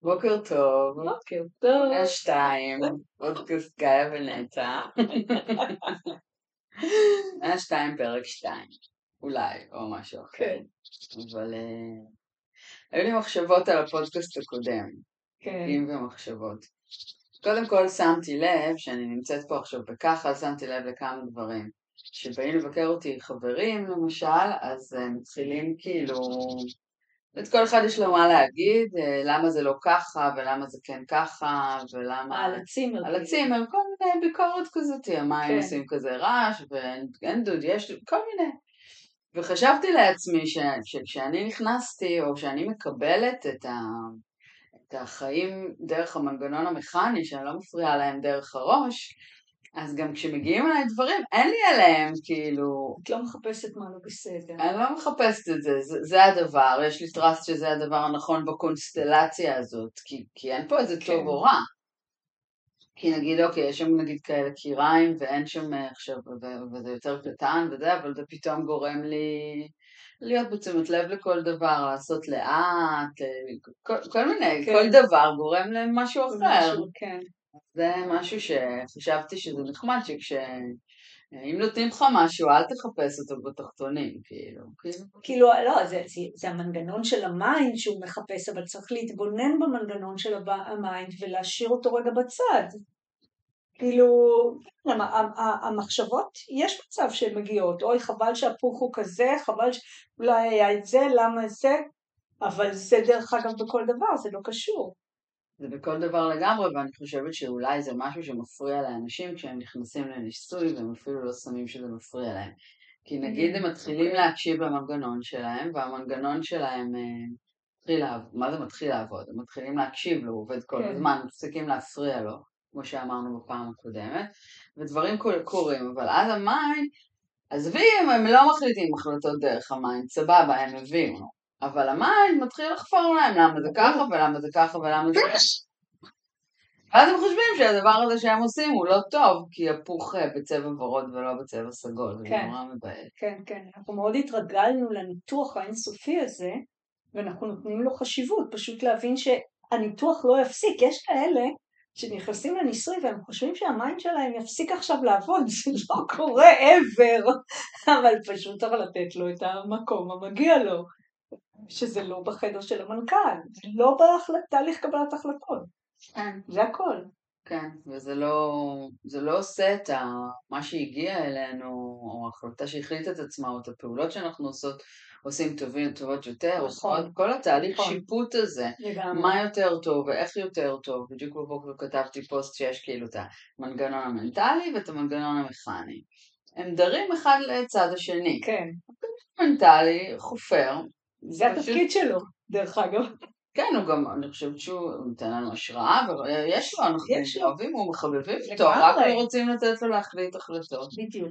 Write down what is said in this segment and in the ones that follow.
בוקר טוב, בוקר טוב. 102, פודקאסט גיא ונטע. 102 פרק 2, אולי, או משהו אחר. כן. אבל היו לי מחשבות על הפודקאסט הקודם, כן. חוקים ומחשבות. קודם כל שמתי לב, שאני נמצאת פה עכשיו בככה, שמתי לב לכמה דברים. שבאים לבקר אותי חברים למשל, אז מתחילים כאילו... את כל אחד יש לו מה להגיד, למה זה לא ככה, ולמה זה כן ככה, ולמה... על הצימר. על הצימר, כל מיני ביקורת כזאת, המים כן. עושים כזה רעש, ואין דוד, יש כל מיני. וחשבתי לעצמי שכשאני נכנסתי, או שאני מקבלת את החיים דרך המנגנון המכני, שאני לא מפריעה להם דרך הראש, אז גם כשמגיעים אליי דברים, אין לי עליהם, כאילו... את לא מחפשת מה לא בסדר. אני לא מחפשת את זה, זה הדבר, יש לי טראסט שזה הדבר הנכון בקונסטלציה הזאת, כי אין פה איזה טוב או רע. כי נגיד, אוקיי, יש שם נגיד כאלה קיריים, ואין שם עכשיו, וזה יותר קטן וזה, אבל זה פתאום גורם לי להיות בתשומת לב לכל דבר, לעשות לאט, כל מיני, כן. כל דבר גורם למשהו אחר. משהו, כן. זה משהו שחשבתי שזה נחמד, אם נותנים לך משהו, אל תחפש אותו בתחתונים, כאילו, לא, זה המנגנון של המיינד שהוא מחפש, אבל צריך להתבונן במנגנון של המיינד ולהשאיר אותו רגע בצד. כאילו, המחשבות, יש מצב שהן מגיעות, אוי, חבל שהפוך הוא כזה, חבל שאולי היה את זה, למה זה, אבל זה דרך אגב בכל דבר, זה לא קשור. זה בכל דבר לגמרי, ואני חושבת שאולי זה משהו שמפריע לאנשים כשהם נכנסים לניסוי, והם אפילו לא שמים שזה מפריע להם. כי נגיד הם מתחילים להקשיב למנגנון שלהם, והמנגנון שלהם מתחיל לעבוד. מה זה מתחיל לעבוד? הם מתחילים להקשיב לו, הוא עובד כל הזמן, מפסיקים להפריע לו, כמו שאמרנו בפעם הקודמת, ודברים קורים, אבל אז המיינד, עזבי אם הם לא מחליטים החלטות דרך המיינד, סבבה, הם הבינו. אבל המיינד מתחיל לחפור להם למה זה ככה ולמה זה ככה ולמה זה ככה. ואז הם חושבים שהדבר הזה שהם עושים הוא לא טוב, כי הפוך בצבע ורוד ולא בצבע סגול, זה נורא מבאס. כן, כן. אנחנו מאוד התרגלנו לניתוח האינסופי הזה, ואנחנו נותנים לו חשיבות, פשוט להבין שהניתוח לא יפסיק. יש כאלה שנכנסים לניסוי והם חושבים שהמיינד שלהם יפסיק עכשיו לעבוד, זה לא קורה ever, אבל פשוט צריך לתת לו את המקום המגיע לו, שזה לא בחדר של המנכ"ל, זה לא בתהליך קבלת החלטות, זה הכל. כן, וזה לא עושה את מה שהגיע אלינו, או ההחלטה שהחליטה את עצמה, או את הפעולות שאנחנו עושים טובות יותר, נכון. כל התהליך שיפוט הזה, לגמרי. מה יותר טוב ואיך יותר טוב, בדיוק בבוקר כתבתי פוסט שיש כאילו את המנגנון המנטלי ואת המנגנון המכני. הם דרים אחד לצד השני. כן. מנטלי, חופר. זה התפקיד שלו, דרך אגב. כן, הוא גם, אני חושבת שהוא נותן לנו השראה, ויש לו, אנחנו אוהבים, הוא מחבבים איתו, רק לא רוצים לתת לו להחליט החלטות. בדיוק.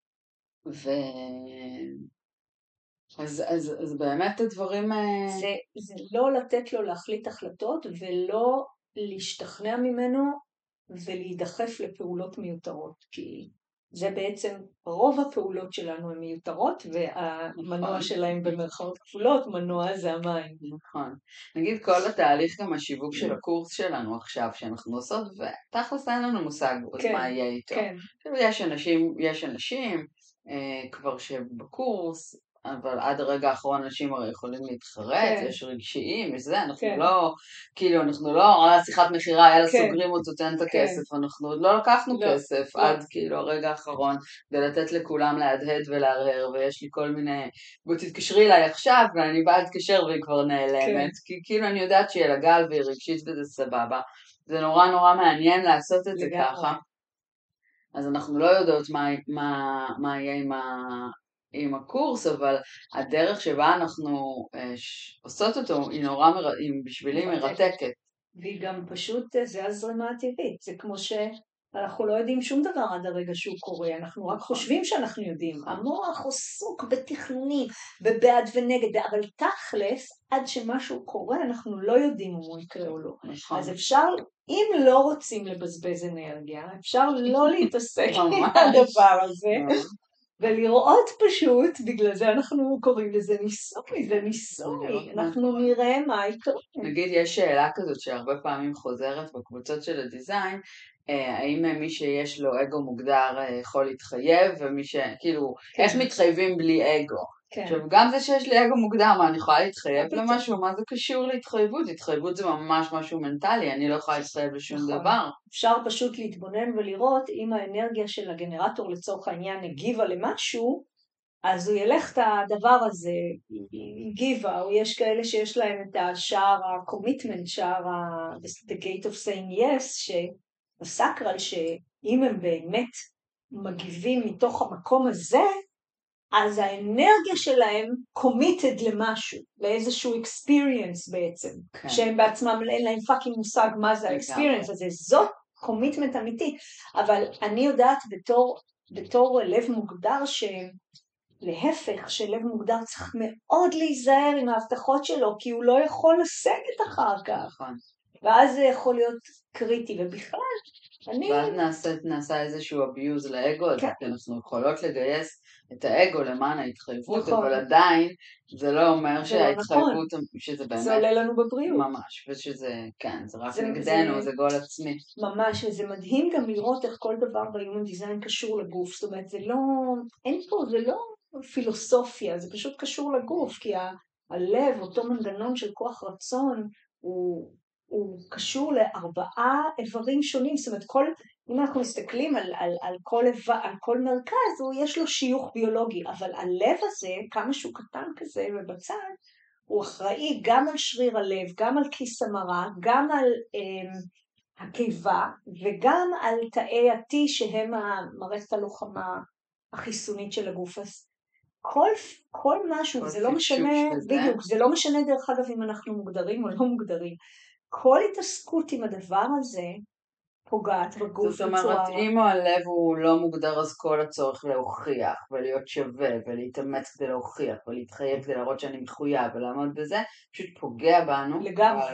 אז באמת הדברים... זה לא לתת לו להחליט החלטות, ולא להשתכנע ממנו, ולהידחף לפעולות מיותרות, כי זה בעצם רוב הפעולות שלנו הן מיותרות, והמנוע שלהם במרכאות כפולות, מנוע זה המים. נכון. נגיד כל התהליך גם השיווק של הקורס שלנו עכשיו, שאנחנו עושות, ותכלס אין לנו מושג מה יהיה איתו. יש אנשים כבר שבקורס, אבל עד הרגע האחרון אנשים הרי יכולים להתחרט, יש רגשיים, יש זה, אנחנו לא, שיחת מחירה, אלא סוגרים אותו, תן את הכסף, אנחנו עוד לא לקחנו כסף עד כאילו הרגע האחרון, ולתת לכולם להדהד ולהרהר, ויש לי כל מיני, בוא תתקשרי אליי עכשיו, ואני באה להתקשר והיא כבר נעלמת, כי כאילו אני יודעת שיהיה לה גל והיא רגשית וזה סבבה, זה נורא נורא מעניין לעשות את זה ככה, אז אנחנו לא יודעות מה יהיה עם הקורס, אבל הדרך שבה אנחנו עושות אותו היא בשבילי מרתקת. והיא גם פשוט, זה הזרימה הטבעית, זה כמו שאנחנו לא יודעים שום דבר עד הרגע שהוא קורה, אנחנו רק חושבים שאנחנו יודעים, המוח עסוק בתכנונים, בבעד ונגד, אבל תכלס, עד שמשהו קורה, אנחנו לא יודעים אם הוא יקרה או לא. אז אפשר, אם לא רוצים לבזבז אנרגיה, אפשר לא להתעסק עם הדבר הזה, ולראות פשוט, בגלל זה אנחנו קוראים לזה ניסוי, זה ניסוי, אנחנו נראה מה יקרה. נגיד, יש שאלה כזאת שהרבה פעמים חוזרת בקבוצות של הדיזיין, האם מי שיש לו אגו מוגדר יכול להתחייב, ומי כאילו, איך מתחייבים בלי אגו? עכשיו, גם זה שיש לי אגו מוגדר, מה, אני יכולה להתחייב למשהו? מה זה קשור להתחייבות? התחייבות זה ממש משהו מנטלי, אני לא יכולה להתחייב לשום דבר. אפשר פשוט להתבונן ולראות אם האנרגיה של הגנרטור לצורך העניין הגיבה למשהו, אז הוא ילך את הדבר הזה, הגיבה, או יש כאלה שיש להם את השער ה-commitment, שער the gate of saying yes, שבסקרל שאם הם באמת מגיבים מתוך המקום הזה, אז האנרגיה שלהם committed למשהו, לאיזשהו experience בעצם, כן. שהם בעצמם אין להם פאקינג מושג מה זה ה-experience הזה, זאת commitment אמיתי, אבל אני יודעת בתור לב מוגדר להפך, שלב מוגדר צריך מאוד להיזהר עם ההבטחות שלו, כי הוא לא יכול לסגת אחר כך, ואז זה יכול להיות קריטי, ובכלל, ואז נעשה איזשהו אביוז לאגו, אז אנחנו יכולות לגייס את האגו למען ההתחייבות, אבל עדיין זה לא אומר שההתחייבות, שזה באמת, זה עולה לנו בבריאות. ממש, ושזה, כן, זה רק נגדנו, זה גול עצמי. ממש, וזה מדהים גם לראות איך כל דבר ב-Human Design קשור לגוף, זאת אומרת, זה לא, אין פה, זה לא פילוסופיה, זה פשוט קשור לגוף, כי הלב, אותו מנגנון של כוח רצון, הוא קשור לארבעה איברים שונים, זאת אומרת, אם אנחנו מסתכלים על כל מרכז, יש לו שיוך ביולוגי, אבל הלב הזה, כמה שהוא קטן כזה ובצד, הוא אחראי גם על שריר הלב, גם על כיס המרה, גם על הקיבה, וגם על תאי ה-T שהם המערכת הלוחמה החיסונית של הגוף. אז כל משהו, זה לא משנה, בדיוק, זה לא משנה דרך אגב אם אנחנו מוגדרים או לא מוגדרים. כל התעסקות עם הדבר הזה פוגעת בגוף. זאת אומרת, אם הלב הוא לא מוגדר, אז כל הצורך להוכיח ולהיות שווה ולהתאמץ כדי להוכיח ולהתחייב כדי להראות שאני מחויב ולעמוד בזה, פשוט פוגע בנו. לגמרי,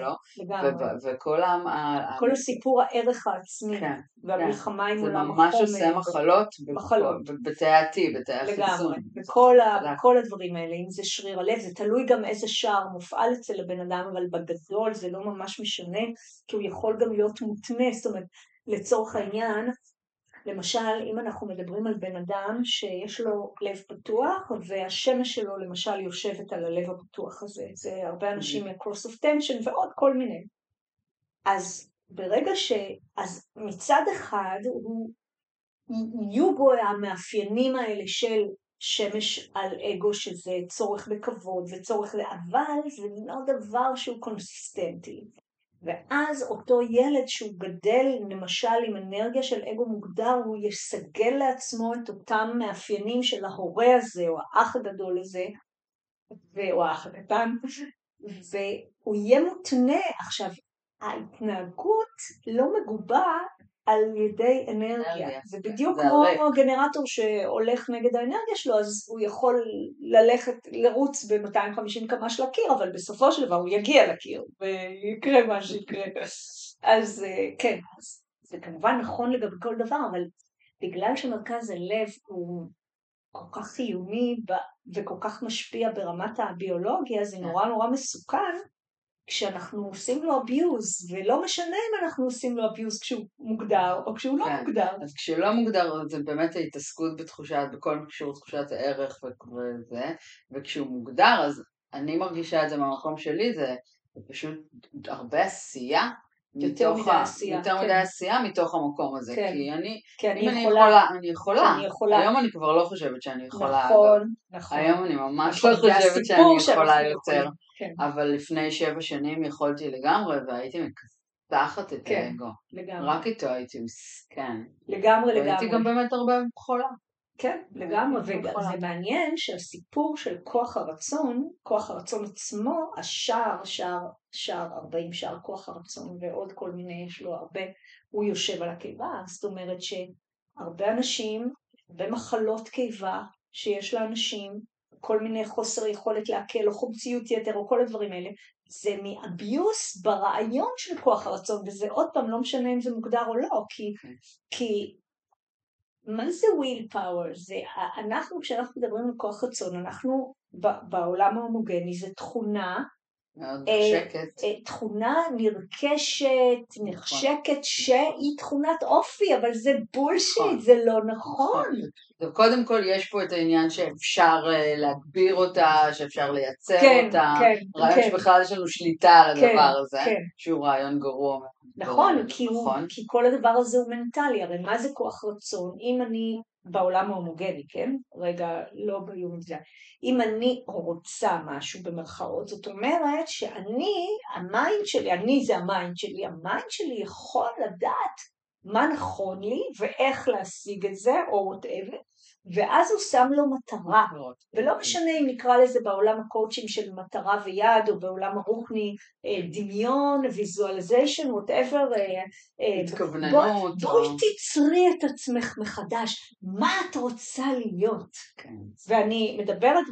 כל הסיפור הערך העצמי והמלחמה עם עולם החומר. זה ממש עושה מחלות בתאי ה-T, בתאי החיסון. וכל הדברים האלה, אם זה שריר הלב, זה תלוי גם איזה שער מופעל אצל הבן אדם, אבל בגדול זה לא ממש משנה, כי הוא יכול גם להיות מותנה, זאת אומרת, לצורך העניין, למשל, אם אנחנו מדברים על בן אדם שיש לו לב פתוח, והשמש שלו למשל יושבת על הלב הפתוח הזה, זה הרבה אנשים מהקרוס אוף טנשן ועוד כל מיני. אז ברגע אז מצד אחד, יהיו בו המאפיינים האלה של שמש על אגו, שזה צורך בכבוד וצורך, אבל זה לא דבר שהוא קונסיסטנטי. ואז אותו ילד שהוא גדל, למשל עם אנרגיה של אגו מוגדר, הוא יסגל לעצמו את אותם מאפיינים של ההורה הזה, או האח הגדול הזה, או האח הקטן, והוא יהיה מותנה. עכשיו, ההתנהגות לא מגובה על ידי אנרגיה. זה בדיוק כמו גנרטור שהולך נגד האנרגיה שלו, אז הוא יכול לרוץ ב-250 קמ"ש לקיר, אבל בסופו של דבר הוא יגיע לקיר, ויקרה מה שיקרה. אז כן, זה כמובן נכון לגבי כל דבר, אבל בגלל שמרכז הלב הוא כל כך חיוני וכל כך משפיע ברמת הביולוגיה, זה נורא נורא מסוכן, כשאנחנו עושים לו אביוז, ולא משנה אם אנחנו עושים לו אביוז כשהוא מוגדר או כשהוא לא מוגדר. אז כשלא מוגדר זה באמת ההתעסקות בכל קשור תחושת הערך וזה, וכשהוא מוגדר אז אני מרגישה את זה מהמקום שלי, זה פשוט הרבה עשייה, יותר מדי עשייה מתוך המקום הזה, כי אני יכולה, היום אני כבר לא חושבת שאני יכולה, נכון, היום אני ממש לא חושבת שאני יכולה יותר, אבל לפני 7 שנים יכולתי לגמרי, והייתי מקסחת את האגו, רק איתו הייתי מסכן, והייתי גם באמת הרבה חולה. כן, לגמרי, וזה מעניין שהסיפור של כוח הרצון עצמו, שער 40 שער כוח הרצון ועוד כל מיני, יש לו הרבה, הוא יושב על הקיבה, זאת אומרת שהרבה אנשים, במחלות קיבה שיש לאנשים, כל מיני חוסר יכולת להקל או חומציות יתר או כל הדברים האלה, זה מאביוס ברעיון של כוח הרצון, וזה עוד פעם לא משנה אם זה מוגדר או לא, כי מה זה will power? אנחנו, כשאנחנו מדברים על כוח רצון, אנחנו בעולם ההומוגני, זה תכונה, תכונה נרכשת, נחשקת, שהיא תכונת אופי, אבל זה בולשיט, זה לא נכון. קודם כל יש פה את העניין שאפשר להגביר אותה, שאפשר לייצר אותה, רעיון שבכלל יש לנו שליטה על הדבר הזה, שהוא רעיון גרוע. נכון, כי כל הדבר הזה הוא מנטלי, הרי מה זה כוח רצון? אם אני בעולם ההומוגני, כן? רגע, לא ביום זה. אם אני רוצה משהו במרכאות, זאת אומרת שאני, המיינד שלי, אני זה המיינד שלי יכול לדעת מה נכון לי ואיך להשיג את זה, או whatever, ואז הוא שם לו מטרה, ולא משנה אם נקרא לזה בעולם הקואוצ'ים של מטרה ויעד, או בעולם הרוחני דמיון, ויזואליזיישן, whatever, התכווננות. בואי תצרי את עצמך מחדש, מה את רוצה להיות? ואני מדברת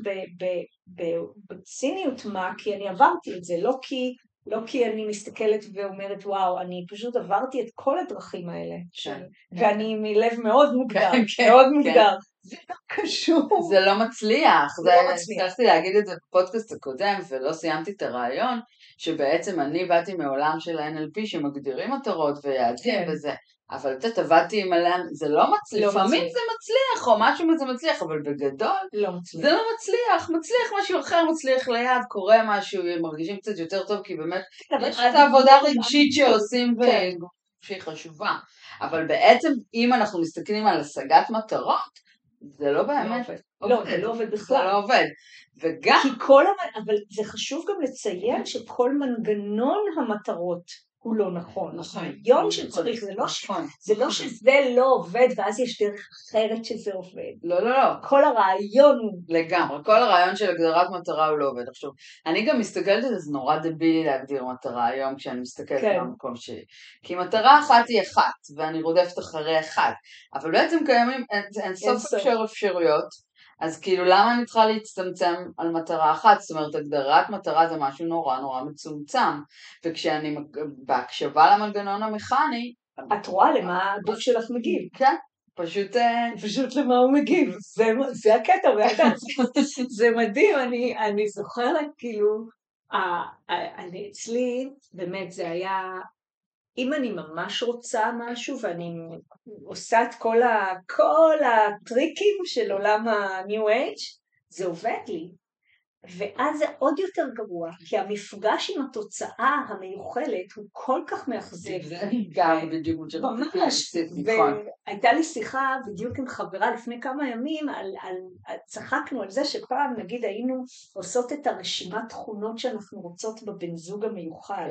בציניות מה, כי אני עברתי את זה, לא כי אני מסתכלת ואומרת וואו, אני פשוט עברתי את כל הדרכים האלה, ואני מלב מאוד מוגדר, מאוד מוגדר. זה לא קשור. זה לא מצליח. הצלחתי להגיד את זה בפודקאסט הקודם, ולא סיימתי את הרעיון, שבעצם אני באתי מעולם של ה-NLP שמגדירים מטרות ויעדים וזה, אבל עבדתי עם עליהם, זה לא מצליח. לפעמים זה מצליח, או משהו מזה מצליח, אבל בגדול זה לא מצליח. מצליח משהו אחר, מצליח ליד, קורה משהו, מרגישים קצת יותר טוב, כי באמת יש את העבודה הרגשית שעושים שהיא חשובה. אבל בעצם אם אנחנו מסתכלים על השגת מטרות, זה לא באמת עובד. זה לא עובד בכלל. זה לא עובד. וגם... אבל זה חשוב גם לציין שכל מנגנון המטרות הוא לא נכון. הרעיון שצריך, זה לא שזה לא עובד ואז יש דרך אחרת שזה עובד. לא. כל הרעיון הוא... לגמרי, כל הרעיון של הגדרת מטרה הוא לא עובד. עכשיו, אני גם מסתכלת על זה, זה נורא דבילי להגדיר מטרה היום כשאני מסתכלת במקום שלי. כי מטרה אחת היא אחת, ואני רודפת אחרי אחת. אבל בעצם קיימים אין סוף אפשרויות, אז כאילו למה אני צריכה להצטמצם על מטרה אחת? זאת אומרת, הגדרת מטרה זה משהו נורא נורא מצומצם, וכשאני בהקשבה למנגנון המכני... את רואה למה הגוף שלך מגיב. כן, פשוט למה הוא מגיב. זה הקטע, זה מדהים, אני זוכרת כאילו, אצלי באמת זה היה... אם אני ממש רוצה משהו ואני עושה את כל הטריקים של עולם ה-New Age, זה עובד לי. ואז זה עוד יותר גרוע, כי המפגש עם התוצאה המיוחלת הוא כל כך מאכזב. זה גם בדיוק ממש. והייתה לי שיחה בדיוק עם חברה לפני כמה ימים, צחקנו על זה שפעם נגיד היינו עושות את הרשימת תכונות שאנחנו רוצות בבן זוג המיוחד.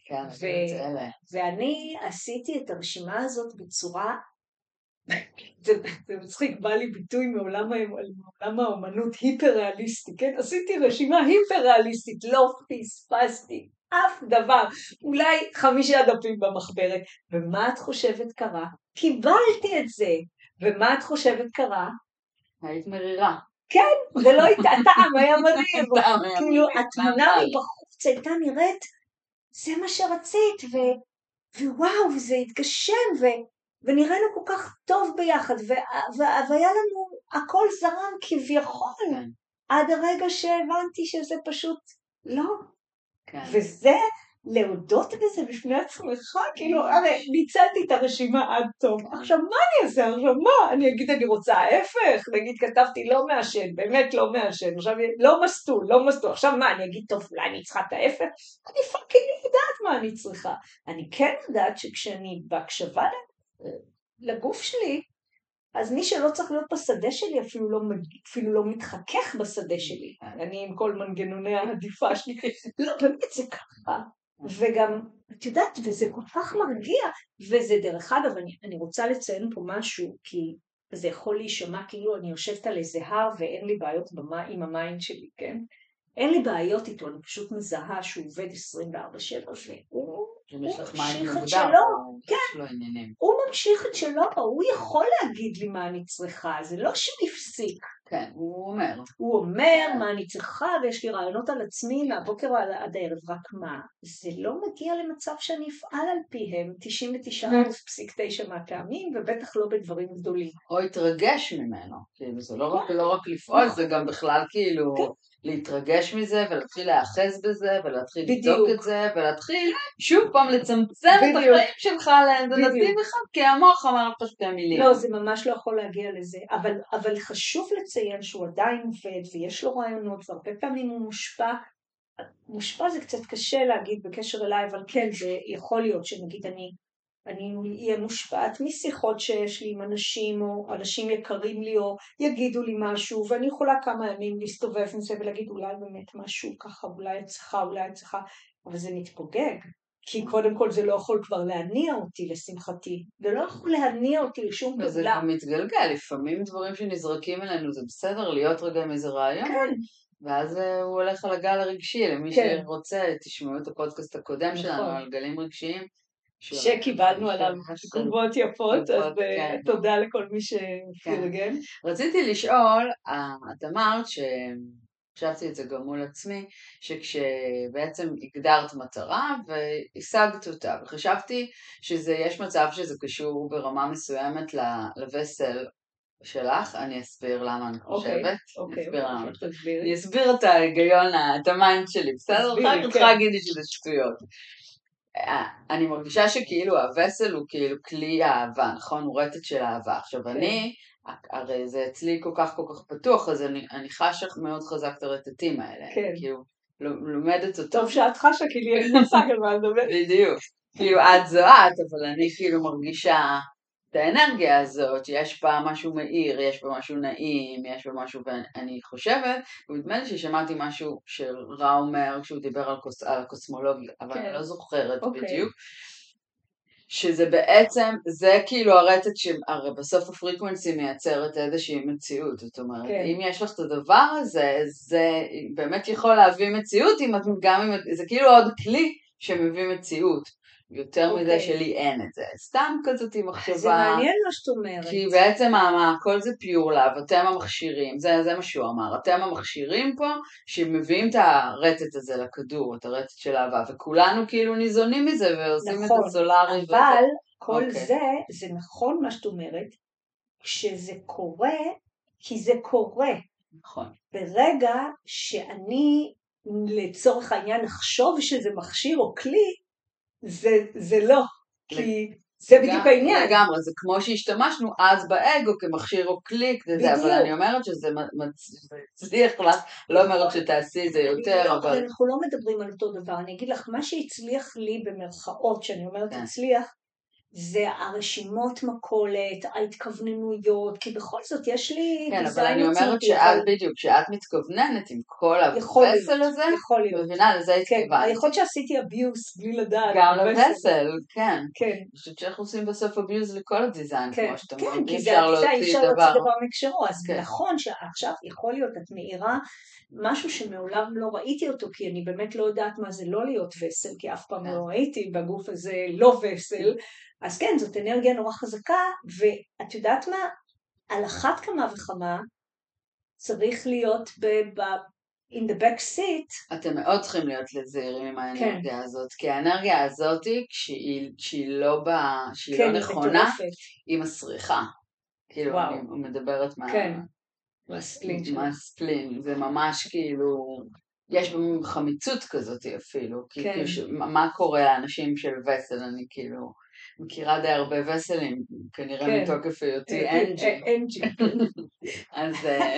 ואני עשיתי את הרשימה הזאת בצורה... זה מצחיק, בא לי ביטוי מעולם האומנות היפר-ריאליסטי, כן? עשיתי רשימה היפר-ריאליסטית, לא פספסתי אף דבר, אולי 5 דפים במחברת. ומה את חושבת קרה? קיבלתי את זה. ומה את חושבת קרה? היית מרירה. כן, ולא הטעם, היה מריר. כאילו, התמונה מבחוץ הייתה נראית, זה מה שרצית, ווואו, וזה התגשם, ונראינו כל כך טוב ביחד, והיה לנו הכל זרם כביכול, עד הרגע שהבנתי שזה פשוט לא. וזה, להודות בזה בפני עצמך, כאילו, הרי ניצלתי את הרשימה עד טוב, עכשיו מה אני אעשה? עכשיו מה? אני אגיד אני רוצה ההפך, נגיד כתבתי לא מעשן, באמת לא מעשן, עכשיו לא מסטול, עכשיו מה? אני אגיד טוב, אולי אני צריכה את ההפך? אני פאקינג יודעת מה אני צריכה. אני כן יודעת שכשאני בהקשבה לגוף שלי, אז מי שלא צריך להיות בשדה שלי אפילו לא מתחכך בשדה שלי. אני עם כל מנגנוני העדיפה שלי. לא, באמת זה ככה. וגם, את יודעת, וזה כל כך מרגיע. וזה דרך אגב, אני רוצה לציין פה משהו, כי זה יכול להישמע כאילו אני יושבת על איזה הר ואין לי בעיות עם המיינד שלי, כן? אין לי בעיות איתו, אני פשוט מזהה שהוא עובד 24/7 והוא ממשיך את שלו, כן, הוא ממשיך את שלו, הוא יכול להגיד לי מה אני צריכה, זה לא שהוא הפסיק, כן, הוא אומר. הוא אומר מה אני צריכה, ויש לי רעיונות על עצמי מהבוקר עד הערב, רק מה? זה לא מגיע למצב שאני אפעל על פיהם 99.9 מהפעמים, ובטח לא בדברים גדולים. או התרגש ממנו, כאילו זה לא רק לפעול, זה גם בכלל כאילו להתרגש מזה, ולהתחיל להאחז בזה, ולהתחיל לבדוק את זה, ולהתחיל שוב פעם לצמצם את החיים שלך לנתיב אחד, כי המוח אמר לך שתי מילים. לא, זה ממש לא יכול להגיע לזה, אבל חשוב לציין שהוא עדיין עובד, ויש לו רעיונות, והרבה פעמים הוא מושפע. מושפע זה קצת קשה להגיד בקשר אליי, אבל כן, זה יכול להיות שנגיד אני אהיה מושפעת משיחות שיש לי עם אנשים, או אנשים יקרים לי, או יגידו לי משהו, ואני יכולה כמה ימים להסתובב עם זה ולהגיד אולי באמת משהו ככה, אולי אצלך, אבל זה מתפוגג. כי קודם כל זה לא יכול כבר להניע אותי לשמחתי, ולא יכול להניע אותי לשום גדולה. וזה גם מתגלגל, לפעמים דברים שנזרקים אלינו, זה בסדר להיות רגע עם איזה רעיון, כן. ואז הוא הולך על הגל הרגשי, למי כן. שרוצה, תשמעו את הפודקאסט הקודם שלנו על גלים רגשיים. שקיבלנו עליו תגובות יפות, אז תודה לכל מי שפרגן. רציתי לשאול, את אמרת חשבתי את זה גם מול עצמי, שכשבעצם הגדרת מטרה והשגת אותה, וחשבתי שיש מצב שזה קשור ברמה מסוימת לווסל שלך, אני אסביר למה אני חושבת. אני אסביר את ההיגיון, את המיינד שלי, בסדר? אחר כך להגיד שזה שטויות. אני מרגישה שכאילו הווסל הוא כאילו כלי האהבה, נכון? הוא רטט של האהבה. עכשיו אני, הרי זה אצלי כל כך פתוח, אז אני חשה מאוד חזק את הרטטים האלה. כן. כאילו, לומדת אותו. טוב שאת חשה, כי לי אין מושג על מה לדבר. בדיוק. כאילו את זו את, אבל אני כאילו מרגישה את האנרגיה הזאת, יש בה משהו מאיר, יש בה משהו נעים, יש בה משהו, ואני חושבת, ונדמה לי ששמעתי משהו שרע אומר כשהוא דיבר על הקוסמולוגיה, אבל אני לא זוכרת בדיוק, שזה בעצם, זה כאילו הרטט שהרי בסוף הפריקוונסי מייצרת איזושהי מציאות, זאת אומרת, אם יש לך את הדבר הזה, זה באמת יכול להביא מציאות, גם אם זה כאילו עוד כלי שמביא מציאות. יותר מזה שלי אין את זה. סתם כזאת עם מחשבה. זה מעניין מה שאת אומרת. כי בעצם הכל זה פיור לב, אתם המכשירים, זה מה שהוא אמר, אתם המכשירים פה שמביאים את הרטט הזה לכדור, את הרטט של אהבה, וכולנו כאילו ניזונים מזה ועושים את הסולארי. אבל כל זה נכון מה שאת אומרת, כשזה קורה, כי זה קורה. נכון. ברגע שאני לצורך העניין לחשוב שזה מכשיר או כלי, זה לא, כי זה בדיוק העניין. לגמרי, זה כמו שהשתמשנו אז באגו כמכשיר או קליק, אבל אני אומרת שזה מצליח לך, לא אומרת שתעשי את זה יותר, אבל... אנחנו לא מדברים על אותו דבר, אני אגיד לך, מה שהצליח לי במרכאות, שאני אומרת הצליח, זה הרשימות מכולת, ההתכווננויות, כי בכל זאת יש לי... כן, אבל אני אומרת שאת בדיוק, שאת מתכווננת עם כל הווסל הזה, מבינה, לזה התכוונת. יכול להיות שעשיתי אביוס בלי לדעת. גם לווסל, כן. אני חושבת שאנחנו עושים בסוף אביוס לכל הדיזיין, כמו שאתה אומר, אי אפשר להוציא דבר מקשרו, אז נכון שעכשיו יכול להיות, את מאירה משהו שמעולם לא ראיתי אותו, כי אני באמת לא יודעת מה זה לא להיות וסל, כי אף פעם לא ראיתי בגוף הזה לא וסל, אז כן, זאת אנרגיה נורא חזקה, ואת יודעת מה? על אחת כמה וכמה צריך להיות in the back seat. אתם מאוד צריכים להיות זהירים עם האנרגיה הזאת, כי האנרגיה הזאת, כשהיא לא נכונה, היא מסריחה. כאילו, אני מדברת מהספלין, זה ממש כאילו, יש חמיצות כזאת אפילו, מה קורה לאנשים של וסל, אני כאילו מכירה די הרבה וסלים, כנראה מתוקף היותי אנג'י. אז...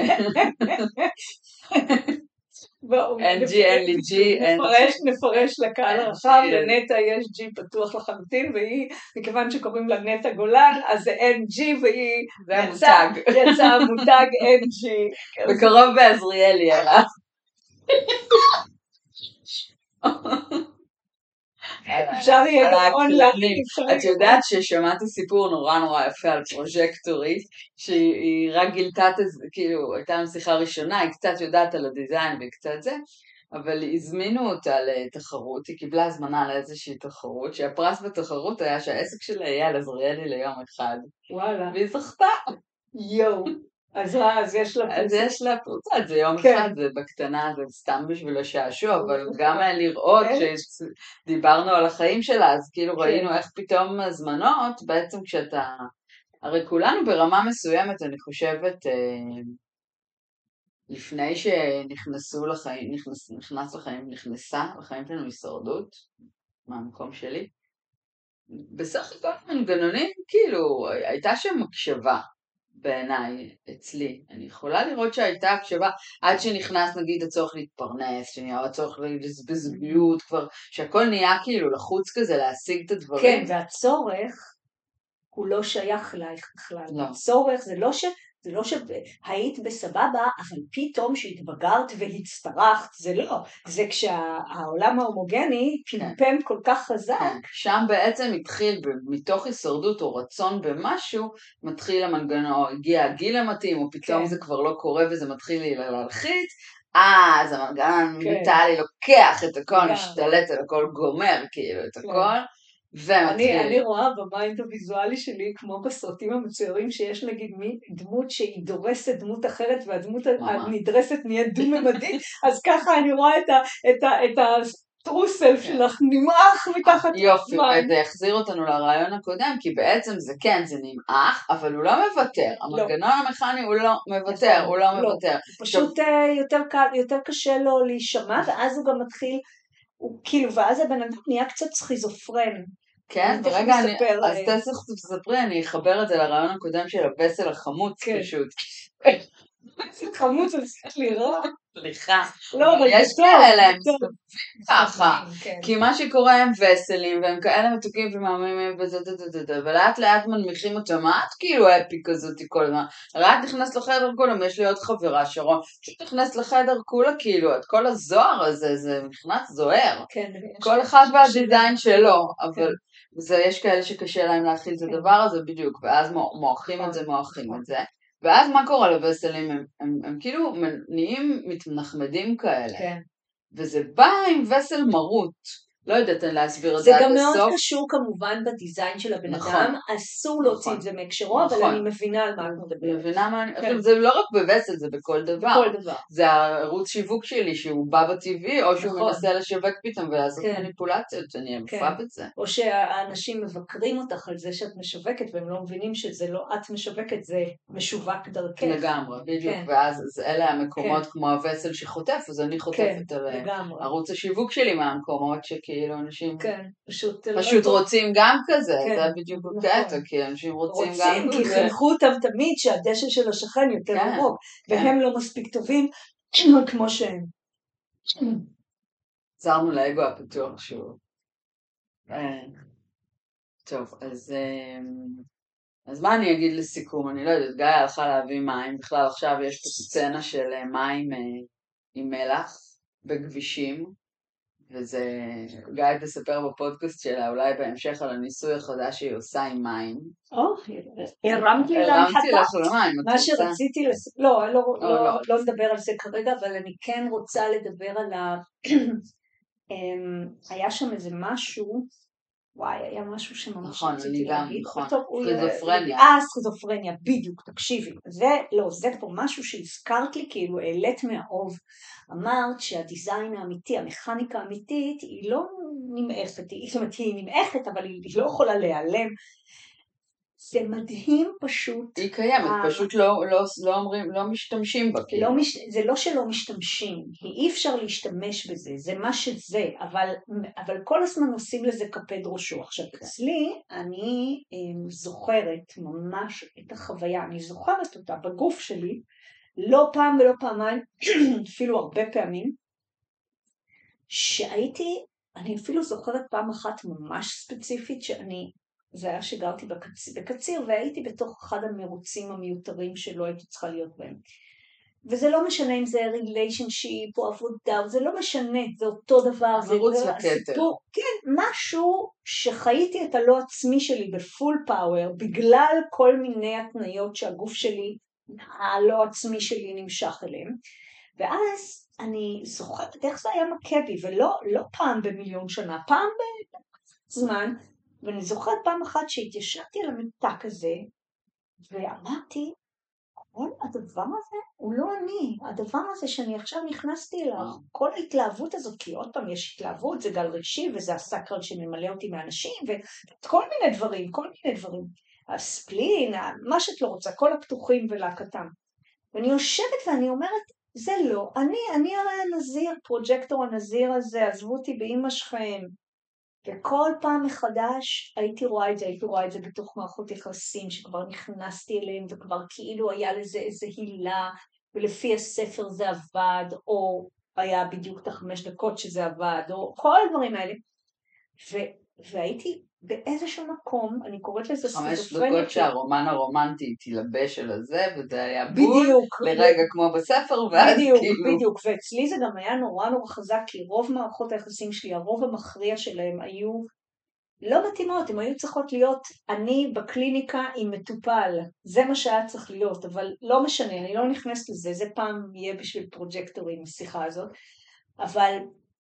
אנג'י, אין לי ג'י, נפרש לקהל הרחב, לנטה יש ג'י פתוח לחלוטין, והיא, מכיוון שקוראים לה נטה גולן, אז זה אנג'י, והיא יצאה מותג אנג'י. בקרוב בעזריאלי עליו. אפשר יהיה גם אונליין. את יודעת ששמעתי סיפור נורא יפה על פרוז'קטורית, שהיא רק גילתה, כאילו, הייתה לנו שיחה ראשונה, היא קצת יודעת על הדיזיין וקצת זה, אבל הזמינו אותה לתחרות, היא קיבלה הזמנה לאיזושהי תחרות, שהפרס בתחרות היה שהעסק שלה יהיה על עזריאלי ליום אחד. וואלה. והיא זכתה. יואו. אז יש לה פרצה. אז יש לה פרצה, זה יום אחד, זה בקטנה, זה סתם בשביל השעשוע, אבל גם לראות שדיברנו על החיים שלה, אז כאילו ראינו איך פתאום הזמנות, בעצם כשאתה, הרי כולנו ברמה מסוימת, אני חושבת, לפני שנכנסו לחיים, נכנסה לחיים שלנו הישרדות, מהמקום שלי, בסך הכל מנגנונים, כאילו, הייתה שם הקשבה בעיניי, אצלי. אני יכולה לראות שהייתה הקשבה עד שנכנס נגיד הצורך להתפרנס, הצורך בזוגיות כבר, שהכל נהיה כאילו לחוץ כזה להשיג את הדברים. כן, והצורך הוא לא שייך אלייך בכלל. לא. הצורך זה לא שהיית בסבבה, אבל פתאום שהתבגרת והצטרחת, זה לא. זה כשהעולם ההומוגני פמפם כל כך חזק. כן. שם בעצם התחיל, מתוך הישרדות או רצון במשהו, מתחיל המנגנון, הגיע הגיל המתאים, או פתאום זה כבר לא קורה וזה מתחיל להלחיץ, אז המנגנון מנטלי לוקח את הכל, משתלט על הכל, גומר כאילו את הכל. אני רואה במיינד הוויזואלי שלי, כמו בסרטים המצוירים, שיש נגיד דמות שהיא דורסת דמות אחרת, והדמות הנדרסת נהיה דו-ממדית, אז ככה אני רואה את ה-true self שלך נמעך מתחת. יופי, וזה יחזיר אותנו לרעיון הקודם, כי בעצם זה כן, זה נמעך, אבל הוא לא מוותר. המנגנון המכני הוא לא מוותר, הוא לא מוותר. פשוט יותר קשה לו להישמע, ואז הוא גם מתחיל, כאילו, ואז הבן אדם נהיה קצת סכיזופרן. כן, רגע, אז תספרי, אני אחבר את זה לרעיון הקודם של הווסל החמוץ פשוט. ווסל חמוץ, אז צריך לראות. סליחה. לא, אבל יש כאלה, הם סופים ככה. כי מה שקורה הם וסלים, והם כאלה מתוקים ומאמימים ולאט לאט מנמיכים אותם, את כאילו אפי כזאת כל הזמן. רק נכנס לחדר כולם, יש לי עוד חברה, שרון, פשוט נכנס לחדר כולה, כאילו, את כל הזוהר הזה, זה נכנס זוהר. כל אחד והדיזיין שלו, אבל יש כאלה שקשה להם להכיל את הדבר הזה בדיוק, ואז מועכים את זה. ואז מה קורה לווסלים? הם כאילו נהיים מתנחמדים כאלה. כן. וזה בא עם וסל מרות. לא יודעת להסביר את זה עד הסוף. זה גם מאוד קשור כמובן בדיזיין של הבן אדם. אסור להוציא את זה מהקשרו, אבל אני מבינה על מה אני מדברת. זה לא רק בווסל, זה בכל דבר. זה הערוץ שיווק שלי, שהוא בא בטבעי, או שהוא מנסה לשווק פתאום, ולעשות מניפולציות, שאני אהבה בזה. או שהאנשים מבקרים אותך על זה שאת משווקת, והם לא מבינים שזה לא את משווקת, זה משווק דרכך. לגמרי, בדיוק. ואז אלה המקומות כמו הווסל שחוטף, אז אני חוטפת על ערוץ השיווק שלי מהמקומות שכאילו אנשים פשוט רוצים גם כזה, זה בדיוק בקטע, כי אנשים רוצים גם כזה. כי חינכו אותם תמיד שהדשא של השכן יותר עמוק, והם לא מספיק טובים כמו שהם. זרנו לאגו הפתוח שוב. טוב, אז מה אני אגיד לסיכום? אני לא יודעת, גיא הלכה להביא מים, בכלל עכשיו יש פה סצנה של מים עם מלח בכבישים, וזה, גיא תספר בפודקאסט שלה, אולי בהמשך על הניסוי החדש שהיא עושה עם מים. הרמתי לך למים. מה שרציתי, לא נדבר על זה כרגע, אבל אני כן רוצה לדבר על היה שם איזה משהו, וואי, היה משהו שממש רציתי להגיד. נכון, סכיזופרניה. סכיזופרניה, בדיוק, תקשיבי. זה פה משהו שהזכרת לי, כאילו העלית מהאוב. אמרת שהדיזיין האמיתי, המכניקה האמיתית, היא לא נמעכת, זאת אומרת, היא נמעכת, אבל היא לא יכולה להיעלם. זה מדהים פשוט. היא קיימת, פשוט לא אומרים, לא משתמשים בה. זה לא שלא משתמשים, אי אפשר להשתמש בזה, זה מה שזה, אבל כל הזמן עושים לזה כפד ראשו. עכשיו, אצלי, אני זוכרת ממש את החוויה, אני זוכרת אותה בגוף שלי, לא פעם ולא פעמיים, אפילו הרבה פעמים, שהייתי, אני אפילו זוכרת פעם אחת ממש ספציפית, זה היה שגרתי בקציר, והייתי בתוך אחד המרוצים המיותרים שלא הייתי צריכה להיות בהם. וזה לא משנה אם זה ריליישנשיפ או עבודה, זה לא משנה, זה אותו דבר. מרוץ לקטר. כן, משהו שחייתי את הלא עצמי שלי בפול פאוור, בגלל כל מיני התניות שהגוף שלי, הלא עצמי שלי נמשך אליהם. ואז אני זוכרת איך זה היה מכה בי, ולא פעם במיליון שנה, פעם בזמן, ואני זוכרת פעם אחת שהתיישבתי על המתק הזה, ואמרתי, הדבר הזה הוא לא אני, הדבר הזה שאני עכשיו נכנסתי אליו, כל ההתלהבות הזאת, כי עוד פעם יש התלהבות, זה גל רגשי וזה הסקרל שממלא אותי מאנשים, וכל מיני דברים, הספלין, מה שאת לא רוצה, כל הפתוחים ולהקתם. ואני יושבת ואני אומרת, זה לא, אני הרי הנזיר, פרוג'קטור הנזיר הזה, עזבו אותי באמא שלכם. וכל פעם מחדש הייתי רואה את זה בתוך מערכות יחסים שכבר נכנסתי אליהם וכבר כאילו היה לזה איזה הילה ולפי הספר זה עבד או היה בדיוק את 5 דקות שזה עבד או כל הדברים האלה והייתי באיזשהו מקום, אני קוראת לזה 5 דקות שהרומן הרומנטי תלבש על הזה, וזה היה בול לרגע כמו בספר, ואז כאילו... בדיוק, ואצלי זה גם היה נורא חזק, כי רוב מערכות היחסים שלי, הרוב המכריע שלהם היו לא מתאימות, הן היו צריכות להיות, אני בקליניקה עם מטופל, זה מה שהיה צריך להיות, אבל לא משנה, אני לא נכנסת לזה, זה פעם יהיה בשביל פרוג'קטורים, השיחה הזאת, אבל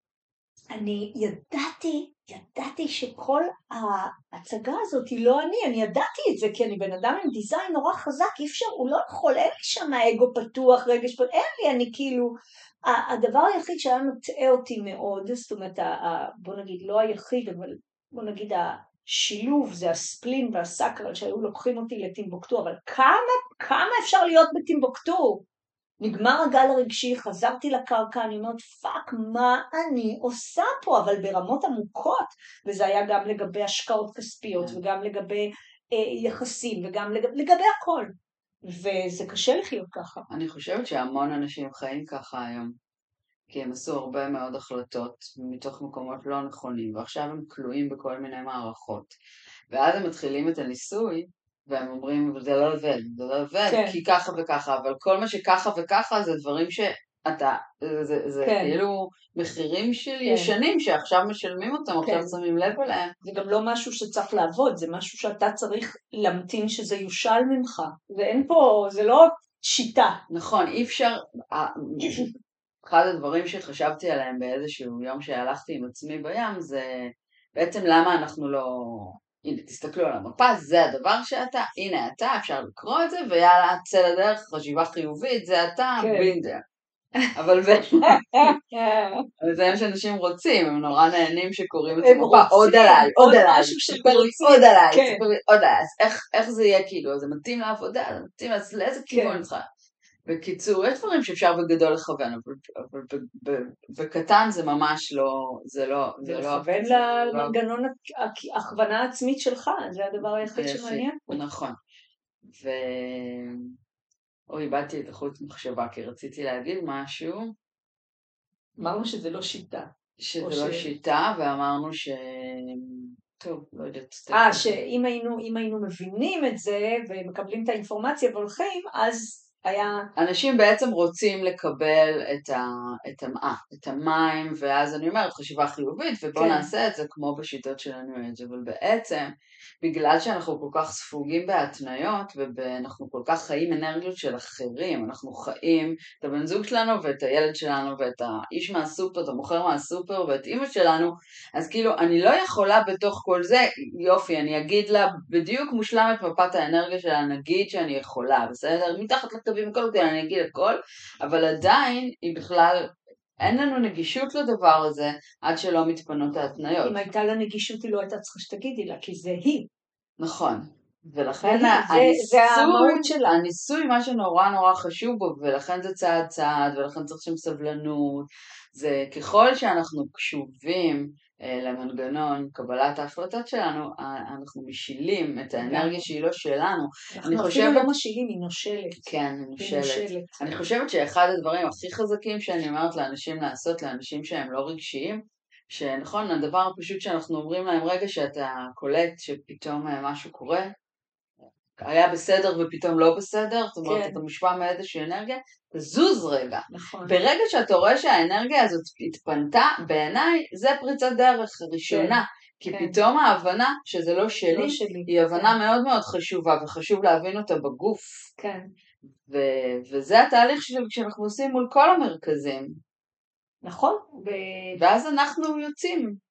אני ידעתי שכל ההצגה הזאת היא לא אני ידעתי את זה, כי אני בן אדם עם דיזיין נורא חזק, אי אפשר, הוא לא יכול, אין לי שם אגו פתוח, רגש פתוח, אין לי, אני כאילו, הדבר היחיד שהיה מטעה אותי מאוד, זאת אומרת, בוא נגיד, לא היחיד, אבל בוא נגיד, השילוב זה הספלין והסקרל שהיו לוקחים אותי לטימבוקטו, אבל כמה אפשר להיות בטימבוקטו? נגמר הגל הרגשי, חזרתי לקרקע, אני אומרת, פאק, מה אני עושה פה? אבל ברמות עמוקות, וזה היה גם לגבי השקעות כספיות, וגם לגבי יחסים, וגם לגבי הכל. וזה קשה לחיות ככה. אני חושבת שהמון אנשים חיים ככה היום, כי הם עשו הרבה מאוד החלטות מתוך מקומות לא נכונים, ועכשיו הם כלואים בכל מיני מערכות. ואז הם מתחילים את הניסוי, והם אומרים, זה לא עובד, זה לא עובד, כן. כי ככה וככה, אבל כל מה שככה וככה זה דברים שאתה, זה כן. כאילו מחירים של כן. ישנים שעכשיו משלמים אותם, כן. עכשיו שמים לב אליהם. זה גם לא משהו שצריך לעבוד, זה משהו שאתה צריך להמתין שזה יושל ממך. ואין פה, זה לא שיטה. נכון, אי אפשר... אחד הדברים שחשבתי עליהם באיזשהו יום שהלכתי עם עצמי בים, זה בעצם למה אנחנו לא... הנה, תסתכלו על המפה, זה הדבר שאתה, הנה אתה, אפשר לקרוא את זה, ויאללה, צא לדרך, חשיבה חיובית, זה אתה, בינדר. אבל זה מה שאנשים רוצים, הם נורא נהנים שקוראים את המפה, עוד עליי, עוד עליי, עוד עליי, עוד עליי, אז איך זה יהיה כאילו, זה מתאים לעבודה, זה מתאים, אז לאיזה כיוון צריך? בקיצור, יש דברים שאפשר בגדול לכוון, אבל בקטן זה ממש לא, זה לא... זה לכוון למנגנון ההכוונה העצמית שלך, זה הדבר היחיד שמעניין. נכון. איבדתי את החוט מחשבה, כי רציתי להגיד משהו. אמרנו שזה לא שיטה. שזה לא שיטה, ואמרנו טוב, לא יודעת. שאם היינו מבינים את זה, ומקבלים את האינפורמציה והולכים, אז... אנשים בעצם רוצים לקבל את המים, ואז אני אומרת חשיבה חיובית, ובוא נעשה את זה כמו בשיטות של הניו-אייג', אבל בעצם בגלל שאנחנו כל כך ספוגים בהתניות, ואנחנו כל כך חיים אנרגיות של אחרים, אנחנו חיים את הבן זוג שלנו ואת הילד שלנו ואת האיש מהסופר, את המוכר מהסופר ואת אמא שלנו, אז כאילו אני לא יכולה בתוך כל זה, יופי, אני אגיד לה בדיוק מושלם את מפת האנרגיה שלה, נגיד שאני יכולה, בסדר? מתחת לכתבים כל כך אני אגיד הכל, אבל עדיין היא בכלל... אין לנו נגישות לדבר הזה עד שלא מתפנות ההתניות. אם הייתה לה נגישות היא לא הייתה צריכה שתגידי לה, כי זה היא. נכון. ולכן הניסוי מה שנורא נורא חשוב בו, ולכן זה צעד צעד, ולכן צריך שם סבלנות, זה ככל שאנחנו קשובים למנגנון קבלת ההחלטות שלנו, אנחנו משילים את האנרגיה שהיא לא שלנו. אנחנו אפילו לא משילים, היא נושלת. כן, היא נושלת. אני חושבת שאחד הדברים הכי חזקים שאני אומרת לאנשים לעשות, לאנשים שהם לא רגשיים, שנכון, הדבר הפשוט שאנחנו אומרים להם, רגע שאתה קולט שפתאום משהו קורה, היה בסדר ופתאום לא בסדר, זאת אומרת, אתה מושפע מאיזושהי אנרגיה, תזוז רגע. נכון. ברגע שאתה רואה שהאנרגיה הזאת התפנתה, בעיניי זה פריצת דרך ראשונה, כי פתאום ההבנה שזה לא שלי, היא הבנה מאוד מאוד חשובה, וחשוב להבין אותה בגוף. כן. וזה התהליך שאנחנו עושים מול כל המרכזים. נכון. ואז אנחנו יוצאים.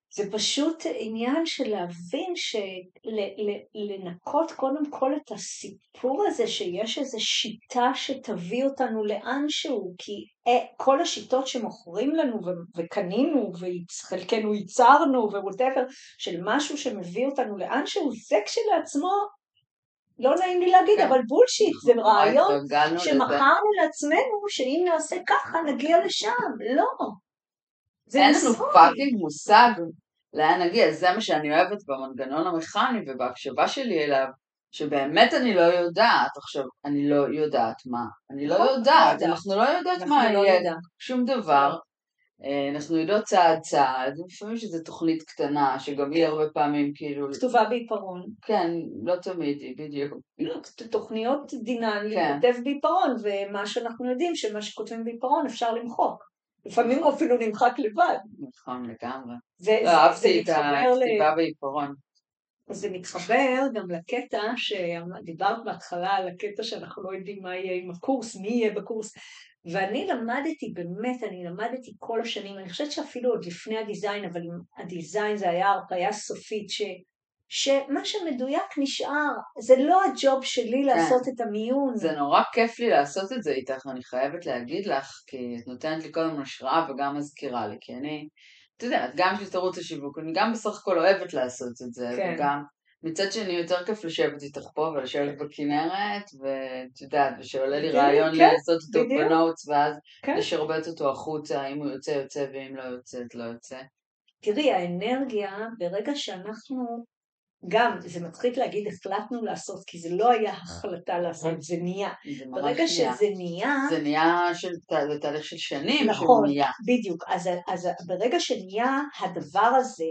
זה פשוט עניין של להבין לנקות קודם כל את הסיפור הזה שיש איזו שיטה שתביא אותנו לאנשהו, כי כל השיטות שמוכרים לנו וקנינו וחלקנו ייצרנו ווואטאבר, של משהו שמביא אותנו לאנשהו, זה כשלעצמו, לא נעים לי להגיד, אבל בולשיט, זה רעיון שמכרנו לעצמנו, שאם נעשה ככה נגיע לשם, לא. אין לנו פאקינג מושג לאן נגיע, זה מה שאני אוהבת במנגנון המכני ובהקשבה שלי אליו, שבאמת אני לא יודעת, עכשיו, אני לא יודעת מה, אני לא יודעת, אנחנו לא יודעות מה יהיה, שום דבר, אנחנו יודעות צעד צעד, לפעמים שזו תוכנית קטנה, שגם היא הרבה פעמים כאילו... כתובה בעיפרון. כן, לא תמיד, בדיוק. לא, תוכניות דינן לכתב בעיפרון, ומה שאנחנו יודעים שמה שכותבים בעיפרון אפשר למחוק. לפעמים הוא אפילו נמחק לבד. נכון, לגמרי. אהבתי את הכתיבה בעיפרון. זה מתחבר גם לקטע שדיברת בהתחלה על הקטע שאנחנו לא יודעים מה יהיה עם הקורס, מי יהיה בקורס. ואני למדתי, באמת, אני למדתי כל השנים, אני חושבת שאפילו עוד לפני הדיזיין, אבל הדיזיין זה היה הרפאיה סופית, שמה שמדויק נשאר, זה לא הג'וב שלי לעשות את המיון. זה נורא כיף לי לעשות את זה איתך, אני חייבת להגיד לך, כי את נותנת לי קודם השראה וגם מזכירה לי, כי אני, אתה יודעת, גם שיש תרוץ השיווק, אני גם בסך הכל אוהבת לעשות את זה, וגם מצד שני יותר כיף לשבת איתך פה ולשבת בכנרת, ואת יודעת, ושעולה לי רעיון לעשות אותו בנוטס, ואז לשרבט אותו החוצה, אם הוא יוצא יוצא, ואם לא יוצא, לא יוצא. תראי, האנרגיה, ברגע שאנחנו גם, זה מצחיק להגיד, החלטנו לעשות, כי זה לא היה החלטה לעשות, זה נהיה. ברגע שזה נהיה... זה נהיה בתהליך של שנים, נכון, בדיוק. אז ברגע שנהיה הדבר הזה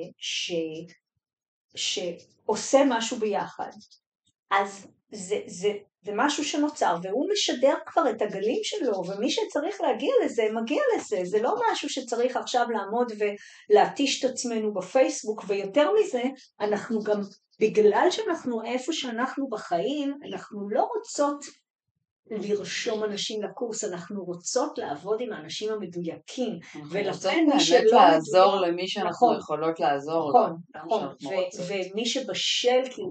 שעושה משהו ביחד, אז זה משהו שנוצר, והוא משדר כבר את הגלים שלו, ומי שצריך להגיע לזה, מגיע לזה. זה לא משהו שצריך עכשיו לעמוד ולהטיש את עצמנו בפייסבוק, ויותר מזה, אנחנו גם, בגלל שאנחנו איפה שאנחנו בחיים, אנחנו לא רוצות לרשום אנשים לקורס, אנחנו רוצות לעבוד עם האנשים המדויקים, ולכן מי שלא מדויק... לעזור למי שאנחנו יכולות לעזור. נכון, ומי שבשל, כי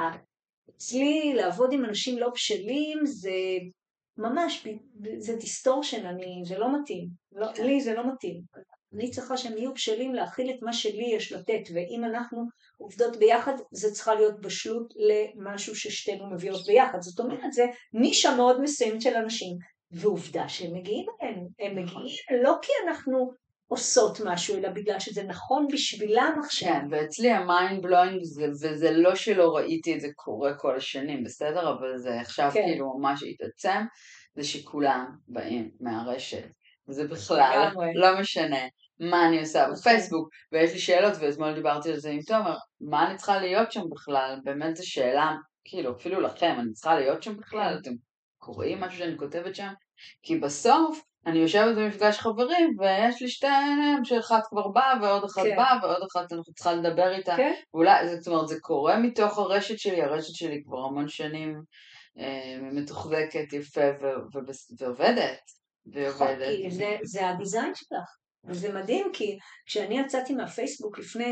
אצלי לעבוד עם אנשים לא בשלים זה ממש, זה דיסטורשן, זה לא מתאים, לי זה לא מתאים. אני צריכה שהם יהיו בשלים להכיל את מה שלי יש לתת, ואם אנחנו עובדות ביחד, זה צריכה להיות בשלות למשהו ששתינו מביאות ביחד. זאת אומרת, זה נישה מאוד מסוימת של אנשים, ועובדה שהם מגיעים אלינו. הם מגיעים לא כי אנחנו עושות משהו, אלא בגלל שזה נכון בשבילם עכשיו. כן, ואצלי המיינד בלואינג, וזה לא שלא ראיתי את זה קורה כל השנים, בסדר? אבל זה עכשיו כאילו ממש התעצם, זה שכולם באים מהרשת. וזה בכלל לא משנה מה אני עושה בפייסבוק, ויש לי שאלות, ואתמול דיברתי על זה עם תומר, מה אני צריכה להיות שם בכלל? באמת זו שאלה, כאילו, אפילו לכם, אני צריכה להיות שם בכלל? אתם קוראים משהו שאני כותבת שם? כי בסוף, אני יושבת במפגש חברים, ויש לי שתי עיניים שאחת כבר באה, ועוד אחת באה, ועוד אחת אנחנו צריכה לדבר איתה. ואולי, זאת אומרת, זה קורה מתוך הרשת שלי, הרשת שלי כבר המון שנים מתוחזקת יפה ועובדת. זה הדיזיין שלך. וזה מדהים, כי כשאני יצאתי מהפייסבוק לפני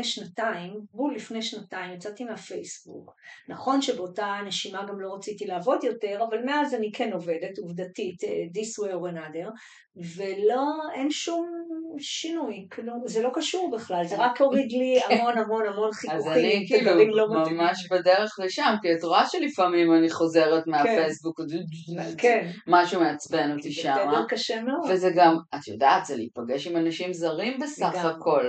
שנתיים, יצאתי מהפייסבוק. נכון שבאותה נשימה גם לא רציתי לעבוד יותר, אבל מאז אני כן עובדת, עובדתית, this way or another, ולא, אין שום שינוי, זה לא קשור בכלל, זה רק הוריד לי המון חיכוכים. אז אני כאילו ממש בדרך לשם, כי את רואה שלפעמים אני חוזרת מהפייסבוק, משהו מעצבן אותי שם. זה תדר קשה מאוד. וזה גם, את יודעת, זה להיפגש עם אנשים זרים בסך הכל.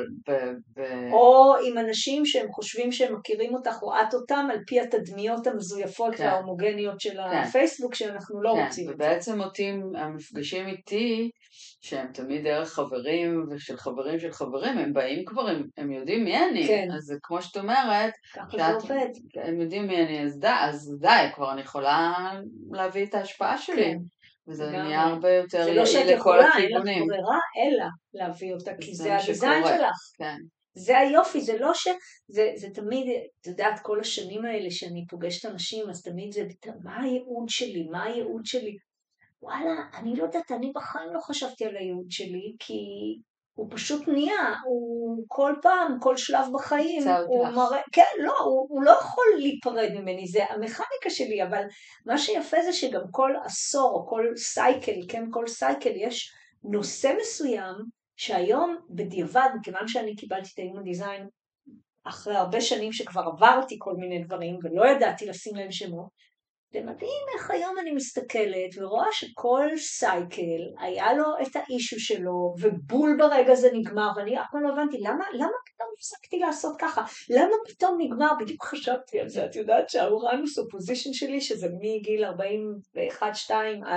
או עם אנשים שהם חושבים שהם מכירים אותך או את אותם, על פי התדמיות המזויפות וההומוגניות של הפייסבוק, שאנחנו לא רוצים. ובעצם המפגשים איתי, שהם תמיד דרך חברים ושל חברים של חברים, הם באים כבר, הם יודעים מי אני. אז כמו שאת אומרת, הם יודעים מי אני, אז די, כבר אני יכולה להביא את ההשפעה שלי. וזה נהיה הרבה יותר יעיל לכל הכיוונים. זה לא שאת יכולה, אין לך ברירה, אלא להביא אותה, כי זה הדיזיין שלך. זה היופי, זה לא זה תמיד, את יודעת, כל השנים האלה שאני פוגשת אנשים, אז תמיד זה, מה הייעוד שלי, מה הייעוד שלי? וואלה, אני לא יודעת, אני בחיים לא חשבתי על הייעוד שלי, כי הוא פשוט נהיה, הוא כל פעם, כל שלב בחיים, הוא מראה, כן, לא, הוא לא יכול להיפרד ממני, זה המכניקה שלי, אבל מה שיפה זה שגם כל עשור, או כל סייקל, כן, כל סייקל, יש נושא מסוים, שהיום בדיעבד, מכיוון שאני קיבלתי את ה-Human Design, אחרי הרבה שנים שכבר עברתי כל מיני דברים, ולא ידעתי לשים להם שמות, ומדהים איך היום אני מסתכלת ורואה שכל סייקל היה לו את האישו שלו, ובול ברגע זה נגמר, ואני אף פעם לא הבנתי, למה פתאום הפסקתי לעשות ככה? למה פתאום נגמר? בדיוק חשבתי על זה, את יודעת שהאורנוס אופוזישן שלי, שזה מגיל 41-2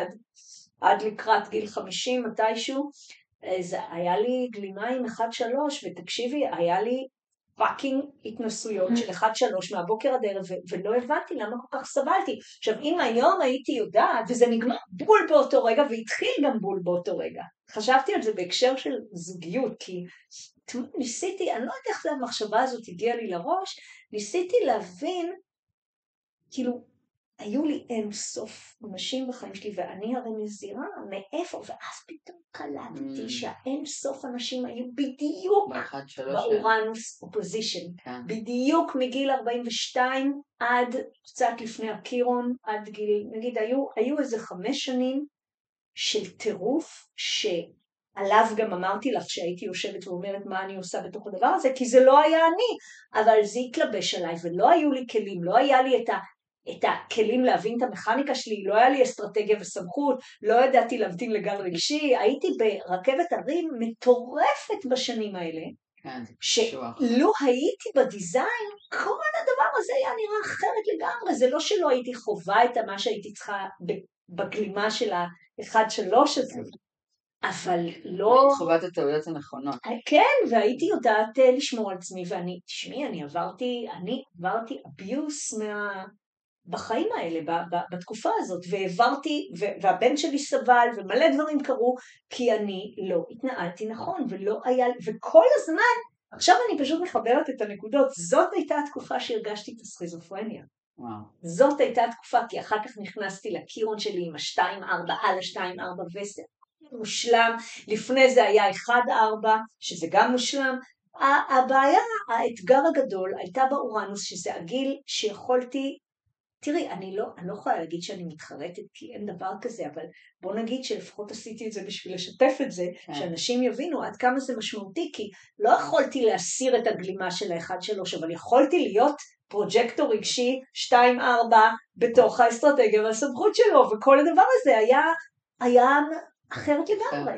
עד לקראת גיל 50 מתישהו, היה לי גלימה עם 1-3, ותקשיבי, היה לי פאקינג התנסויות של 1-3 מהבוקר עד ערב, ולא הבנתי למה כל כך סבלתי. עכשיו, אם היום הייתי יודעת, וזה נגמר בול באותו רגע, והתחיל גם בול באותו רגע. חשבתי על זה בהקשר של זוגיות, כי ניסיתי, אני לא יודעת איך המחשבה הזאת הגיעה לי לראש, ניסיתי להבין, כאילו, היו לי אין סוף אנשים בחיים שלי, ואני הרי מזהירה מאיפה, ואז פתאום קלטתי שהאין סוף אנשים היו בדיוק באורנוס אופוזישן, בדיוק מגיל 42 עד קצת לפני הקירון, עד גיל, נגיד, היו איזה 5 שנים של טירוף, שעליו גם אמרתי לך שהייתי יושבת ואומרת מה אני עושה בתוך הדבר הזה, כי זה לא היה אני, אבל זה התלבש עליי, ולא היו לי כלים, לא היה לי את הכלים להבין את המכניקה שלי, לא היה לי אסטרטגיה וסמכות, לא ידעתי להבדיל לגל רגשי, הייתי ברכבת הרים מטורפת בשנים האלה, שלא הייתי בדיזיין, כל הדבר הזה היה נראה אחרת לגמרי, זה לא שלא הייתי חובה את מה שהייתי צריכה בגלימה של ה-1-3 הזה, אבל לא... היית חובה את הטעויות הנכונות. כן, והייתי יודעת לשמור על עצמי, ואני, תשמעי, אני עברתי אביוס בחיים האלה, בתקופה הזאת, והעברתי, והבן שלי סבל, ומלא דברים קרו, כי אני לא התנהלתי נכון, ולא היה, וכל הזמן, עכשיו אני פשוט מחברת את הנקודות, זאת הייתה התקופה שהרגשתי את הסכיזופרניה. זאת הייתה התקופה, כי אחר כך נכנסתי לקירון שלי עם ה-2-4, על ה-2-4 וסר. מושלם, לפני זה היה 1-4, שזה גם מושלם. הבעיה, האתגר הגדול, הייתה באורנוס, שזה הגיל שיכולתי, תראי, אני לא יכולה להגיד שאני מתחרטת, כי אין דבר כזה, אבל בוא נגיד שלפחות עשיתי את זה בשביל לשתף את זה, שאנשים יבינו עד כמה זה משמעותי, כי לא יכולתי להסיר את הגלימה של ה-1-3, אבל יכולתי להיות פרוג'קטור רגשי 2-4 בתוך האסטרטגיה והסמכות שלו, וכל הדבר הזה היה אחרת לגמרי.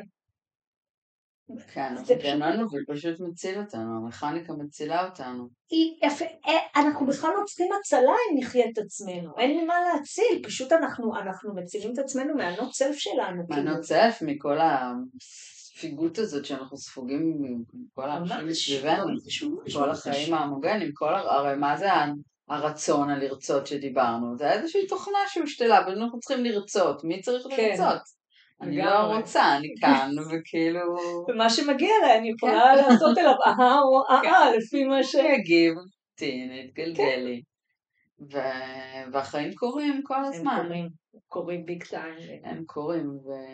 כן, הפתרון הוא פשוט מציל אותנו, המכניקה מצילה אותנו. אנחנו בכלל לא צריכים הצלה אם נחיה את עצמנו, אין לי מה להציל, פשוט אנחנו מצילים את עצמנו מהנות סלף שלנו. מהנות סלף, מכל הספיגות הזאת שאנחנו ספוגים, מכל האנשים מסביבנו, כל החיים ההומוגנים, הרי מה זה הרצון, הלרצות שדיברנו? זה איזושהי תוכנה שהושתלה, אבל אנחנו צריכים לרצות, מי צריך לרצות? אני לא רוצה, אני כאן, וכאילו... ומה שמגיע לה, אני יכולה לעשות אליו או לפי מה ש... יגיב, נתגלגלי. והחיים קורים כל הזמן. הם קורים ביג טיים. הם קורים,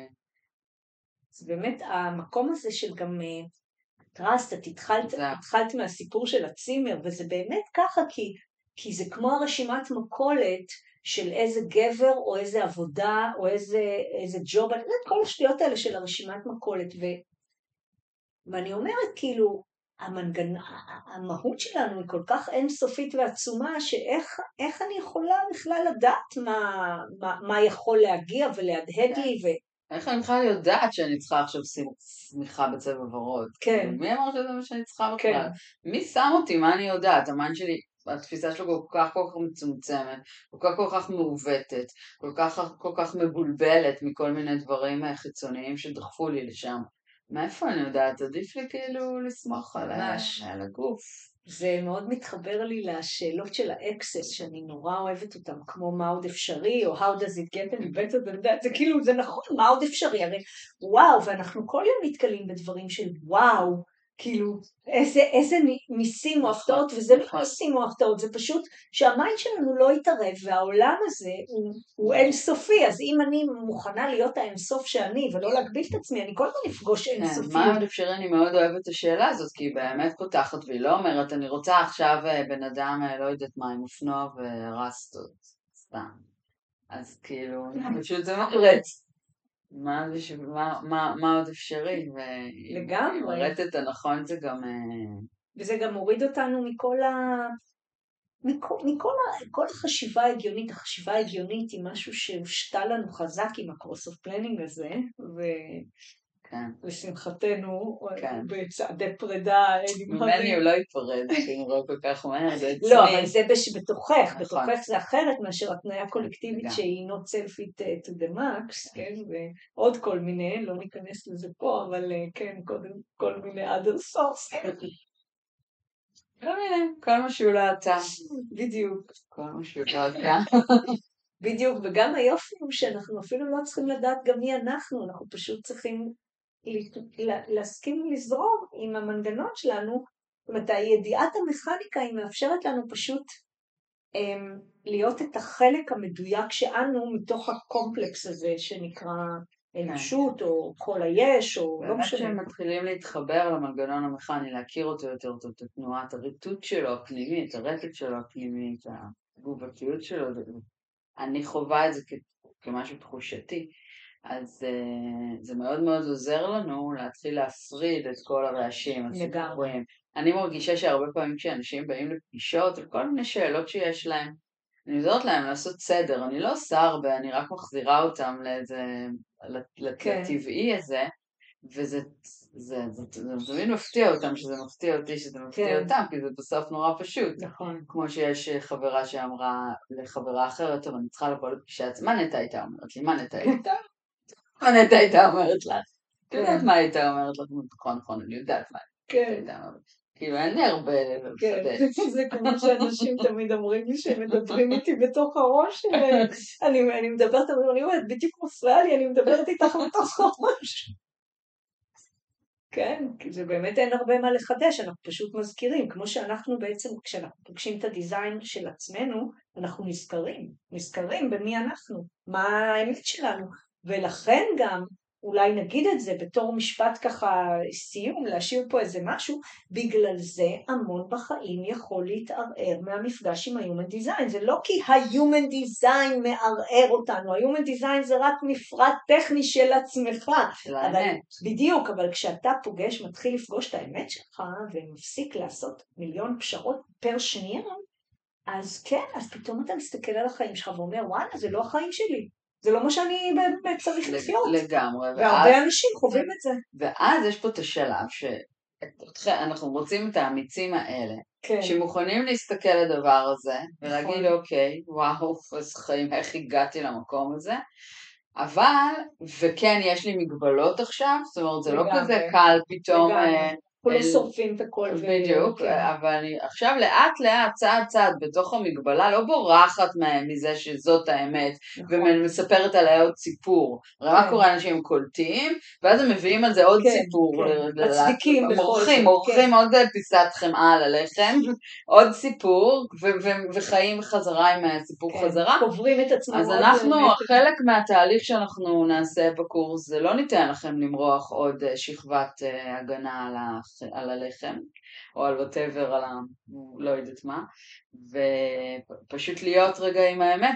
אז באמת, המקום הזה של גם טרסט, את התחלת מהסיפור של הצימר, וזה באמת ככה, כי זה כמו הרשימת מכולת, של איזה גבר או איזה עבודה או איזה ג'וב, אני יודעת כל השטויות האלה של הרשימת מכולת, ואני אומרת כאילו, המהות שלנו היא כל כך אינסופית ועצומה, שאיך אני יכולה בכלל לדעת מה יכול להגיע ולהדהד לי, איך אני בכלל יודעת שאני צריכה עכשיו סמיכה בצבע ורוד? כן. מי אמר שזה מה שאני צריכה בכלל? מי שם אותי? מה אני יודעת? המן שלי... התפיסה שלו כל כך מצומצמת, כל כך מעוותת, כל כך מבולבלת מכל מיני דברים חיצוניים שדחפו לי לשם. מאיפה אני יודעת? עדיף לי כאילו לסמוך על הגוף. זה מאוד מתחבר לי לשאלות של האקסס, שאני נורא אוהבת אותם, כמו מה עוד אפשרי, או how does it get and זה כאילו, זה נכון, מה עוד אפשרי, הרי וואו, ואנחנו כל יום נתקלים בדברים של וואו, כאילו, איזה ניסים או הפתעות, וזה לא ניסים או הפתעות, זה פשוט שהמיינד שלנו לא יתערב, והעולם הזה הוא אינסופי, אז אם אני מוכנה להיות האינסוף שאני, ולא להגביל את עצמי, אני כל הזמן אפגוש אינסופי. מה עוד אפשר? אני מאוד אוהבת את השאלה הזאת, כי היא באמת פותחת, והיא לא אומרת, אני רוצה עכשיו בן אדם, לא יודעת מה, עם אופנוע ורסטות, סתם. אז כאילו, פשוט זה מפרץ. מה עוד אפשרי? לגמרי. מראת את הנכון זה גם... וזה גם מוריד אותנו מכל החשיבה ההגיונית. החשיבה ההגיונית היא משהו שהושתה לנו חזק עם הקרוס אוף פלנינג הזה, לשמחתנו, בצעדי פרידה, ממני הוא לא יפרד, אני רואה כל כך מהר, זה עצמי. לא, אבל זה בתוכך, בתוכך זה אחרת מאשר התניה קולקטיבית שהיא not self-it to the max, כן, ועוד כל מיני, לא ניכנס לזה פה, אבל כן, קודם כל מיני other sources. כל מה שהוא לא אתה. בדיוק. כל מה שהוא לא אתה. בדיוק, וגם היופי הוא שאנחנו אפילו לא צריכים לדעת גם מי אנחנו פשוט צריכים להסכים לזרום עם המנגנון שלנו. זאת אומרת, הידיעת המכניקה היא מאפשרת לנו פשוט להיות את החלק המדויק שאנו מתוך הקומפלקס הזה שנקרא אנושות או כל היש או לא משנה. באמת שמתחילים להתחבר למנגנון המכני, להכיר אותו יותר טוב, את התנועת הריטוט שלו הפנימית, הרטט שלו הפנימית, הגובתיות שלו, אני חווה את זה כמשהו תחושתי. אז זה מאוד מאוד עוזר לנו להתחיל להפריד את כל הרעשים, הסיפורים. אני מרגישה שהרבה פעמים כשאנשים באים לפגישות, וכל מיני שאלות שיש להם, אני עוזרת להם לעשות סדר, אני לא עושה הרבה, אני רק מחזירה אותם לטבעי הזה, וזה תמיד מפתיע אותם, שזה מפתיע אותי, שזה מפתיע אותם, כי זה בסוף נורא פשוט. נכון. כמו שיש חברה שאמרה לחברה אחרת, טוב, אני צריכה לבוא לפגישה, מה נטע הייתה אומרת לי? מה נטע הייתה? מה נטע הייתה אומרת לך? את יודעת מה הייתה אומרת לך? נכון, אני יודעת מה הייתה אומרת. כאילו אין לי הרבה לחדש. זה כמו שאנשים תמיד אומרים לי שהם מדברים איתי בתוך הראש, אני מדברת, אני אומרת, בדיוק מפריע לי, אני מדברת איתך בתוך הראש. כן, כי זה באמת אין הרבה מה לחדש, אנחנו פשוט מזכירים, כמו שאנחנו בעצם, כשאנחנו פוגשים את הדיזיין של עצמנו, אנחנו נזכרים במי אנחנו, מה האמת שלנו, ולכן גם, אולי נגיד את זה בתור משפט ככה סיום, להשאיר פה איזה משהו, בגלל זה המון בחיים יכול להתערער מהמפגש עם ה-Human Design. זה לא כי ה-Human Design מערער אותנו, ה-Human Design זה רק מפרט טכני של עצמך. של האמת. בדיוק, אבל כשאתה פוגש, מתחיל לפגוש את האמת שלך, ומפסיק לעשות מיליון פשרות פר שנייה, אז כן, אז פתאום אתה מסתכל על החיים שלך ואומר, וואלה, זה לא החיים שלי. זה לא מה שאני באמת צריך לחיות. לגמרי. והרבה אנשים חווים את זה. ואז יש פה את השלב שאנחנו רוצים את האמיצים האלה, שמוכנים להסתכל על הדבר הזה, ולהגיד אוקיי, וואו, אז חיים, איך הגעתי למקום הזה, אבל, וכן, יש לי מגבלות עכשיו, זאת אומרת, זה לא כזה קל פתאום... כולו שורפים את הכל. בדיוק, אבל אני עכשיו לאט לאט, צעד בתוך המגבלה, לא בורחת מזה שזאת האמת, ומספרת עליה עוד סיפור. הרי מה קורה, אנשים קולטים, ואז הם מביאים על זה עוד סיפור. מצדיקים בכל זאת. מורחים עוד פיסת חמאה על הלחם, עוד סיפור, וחיים חזרה עם הסיפור חזרה. קוברים את עצמם. אז אנחנו, חלק מהתהליך שאנחנו נעשה בקורס, זה לא ניתן לכם למרוח עוד שכבת הגנה על הלחם, או על whatever, על לא יודעת מה, ופשוט להיות רגע עם האמת,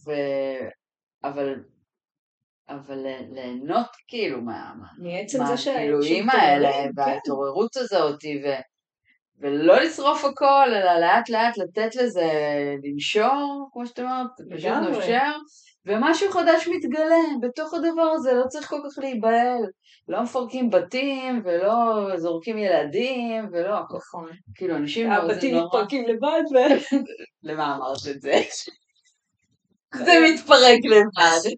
אבל ליהנות כאילו מהגילויים האלה, וההתעוררות הזאת, ולא לשרוף הכל, אלא לאט לאט לתת לזה לנשור, כמו שאת אומרת, פשוט נושר, ומשהו חדש מתגלה בתוך הדבר הזה, לא צריך כל כך להיבהל, לא מפרקים בתים, ולא זורקים ילדים, ולא הכל. נכון. כאילו אנשים... הבתים מתפרקים לבד למה אמרת את זה? זה מתפרק לבד.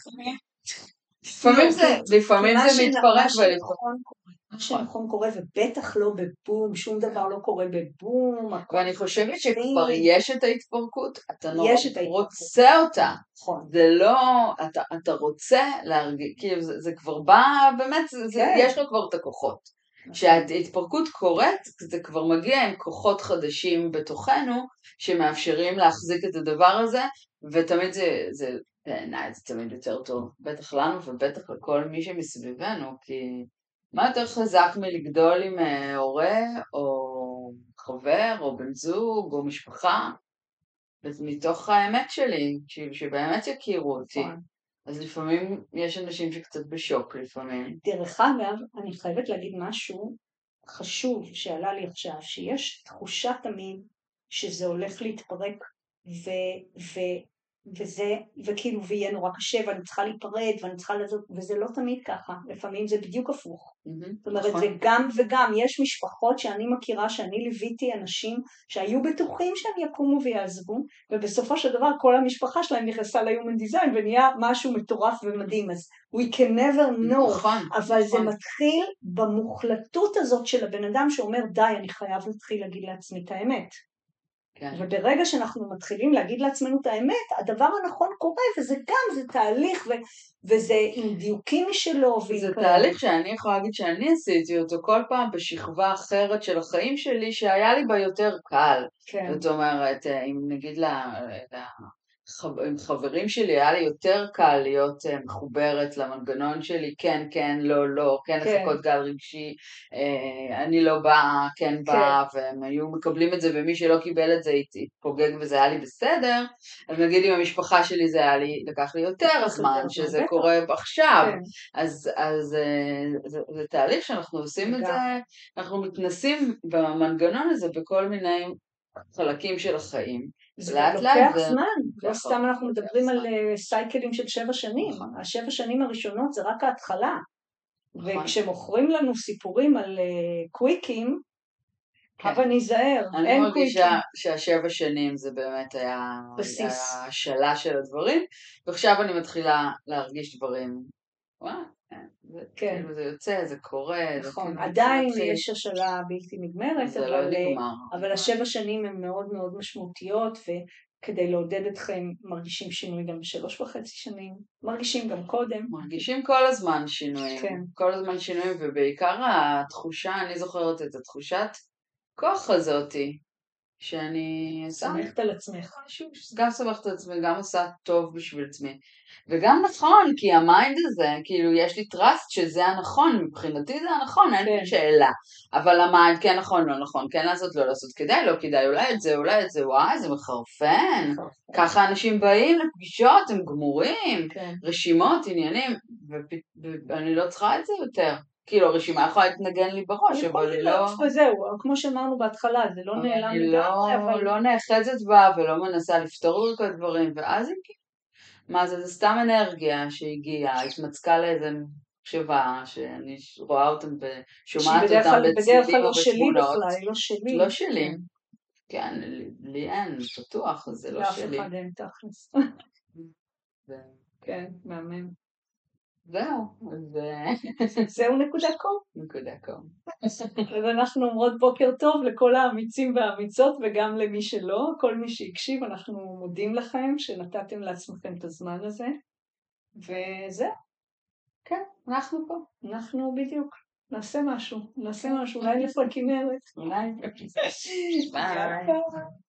לפעמים זה מתפרק ולפעמים... מה שנכון קורה, ובטח לא בבום, שום דבר לא קורה בבום. ואני חושבת שכבר יש את ההתפרקות, אתה רוצה אותה. זה לא, אתה רוצה להרגיש, כאילו זה כבר בא, באמת, יש לו כבר את הכוחות. כשההתפרקות קורית, זה כבר מגיע עם כוחות חדשים בתוכנו, שמאפשרים להחזיק את הדבר הזה, ותמיד בעיניי זה תמיד יותר טוב, בטח לנו ובטח לכל מי שמסביבנו, כי מה יותר חזק מלגדול עם הורה, או חבר, או בן זוג, או משפחה, מתוך האמת שלי, שבאמת יכירו אותי. אז לפעמים יש אנשים שקצת בשוק לפעמים. דרך אגב, אני חייבת להגיד משהו חשוב שעלה לי עכשיו, שיש תחושה תמיד שזה הולך להתפרק, וכאילו, ויהיה נורא קשה, ואני צריכה להיפרד, ואני צריכה לזאת, וזה לא תמיד ככה, לפעמים זה בדיוק הפוך. זאת אומרת, זה גם וגם, יש משפחות שאני מכירה, שאני ליוויתי אנשים שהיו בטוחים שהם יקומו ויעזבו, ובסופו של דבר כל המשפחה שלהם נכנסה ל-Human Design, ונהיה משהו מטורף ומדהים, אז we can never know, אבל זה מתחיל במוחלטות הזאת של הבן אדם שאומר, די, אני חייב להתחיל להגיד לעצמי את האמת. כן. וברגע שאנחנו מתחילים להגיד לעצמנו את האמת, הדבר הנכון קורה, וזה גם, זה תהליך, וזה עם דיוקים משלו. זה תהליך שאני יכולה להגיד שאני עשיתי אותו כל פעם בשכבה אחרת של החיים שלי, שהיה לי בה יותר קל. כן. זאת אומרת, אם נגיד עם חברים שלי היה לי יותר קל להיות מחוברת למנגנון שלי, כן, כן, לא, לא, כן, לחכות גל רגשי, אני לא באה, כן באה, והם היו מקבלים את זה, ומי שלא קיבל את זה התפוגג וזה היה לי בסדר, אז נגיד עם המשפחה שלי זה היה לי, לקח לי יותר זמן, שזה קורה עכשיו, אז זה תהליך שאנחנו עושים את זה, אנחנו מתנסים במנגנון הזה בכל מיני חלקים של החיים. זה לוקח זמן, לא סתם אנחנו מדברים על סייקלים של 7 שנים, 7 שנים הראשונות זה רק ההתחלה, וכשמוכרים לנו סיפורים על קוויקים, אבל ניזהר, אני מרגישה שה7 שנים זה באמת היה השאלה של הדברים, ועכשיו אני מתחילה להרגיש דברים, זה יוצא, זה קורה. נכון, עדיין יש השאלה בלתי נגמרת, אבל 7 שנים הן מאוד מאוד משמעותיות, וכדי לעודד אתכם מרגישים שינוי גם ב3.5 שנים, מרגישים גם קודם. מרגישים כל הזמן שינויים, כל הזמן שינויים, ובעיקר התחושה, אני זוכרת את התחושת כוח הזאתי, שאני סומכת על עצמך. גם סומכת על עצמי, גם עושה טוב בשביל עצמי. וגם נכון, כי המיינד הזה, כאילו יש לי טראסט שזה הנכון, מבחינתי זה הנכון, אין לי שאלה. אבל המיינד כן נכון, לא נכון, כן לעשות, לא לעשות, כדאי, לא כדאי, אולי את זה, וואי, זה מחרפן. ככה אנשים באים לפגישות, הם גמורים, רשימות, עניינים, ואני לא צריכה את זה יותר. כאילו הרשימה יכולה להתנגן לי בראש, אבל היא לא... זהו, כמו שאמרנו בהתחלה, זה לא נעלם לגמרי, אבל... אני לא נאחזת בה ולא מנסה לפתור את הדברים, ואז היא כאילו... מה זה סתם אנרגיה שהגיעה, התמצקה לאיזה מחשבה, שאני רואה אותם ושומעת אותם בצלילים או בתמונות. לא שלי. לא שלי. כן, לי אין, פתוח, זה לא שלי. לאף אחד אין תכלס. כן, מאמן. זהו נקודה קום. אז אנחנו אומרות בוקר טוב לכל האמיצים והאמיצות וגם למי שלא, כל מי שהקשיב, אנחנו מודים לכם שנתתם לעצמכם את הזמן הזה, וזהו. כן, אנחנו פה. אנחנו בדיוק. נעשה משהו, אולי לפרקים ארץ. ביי.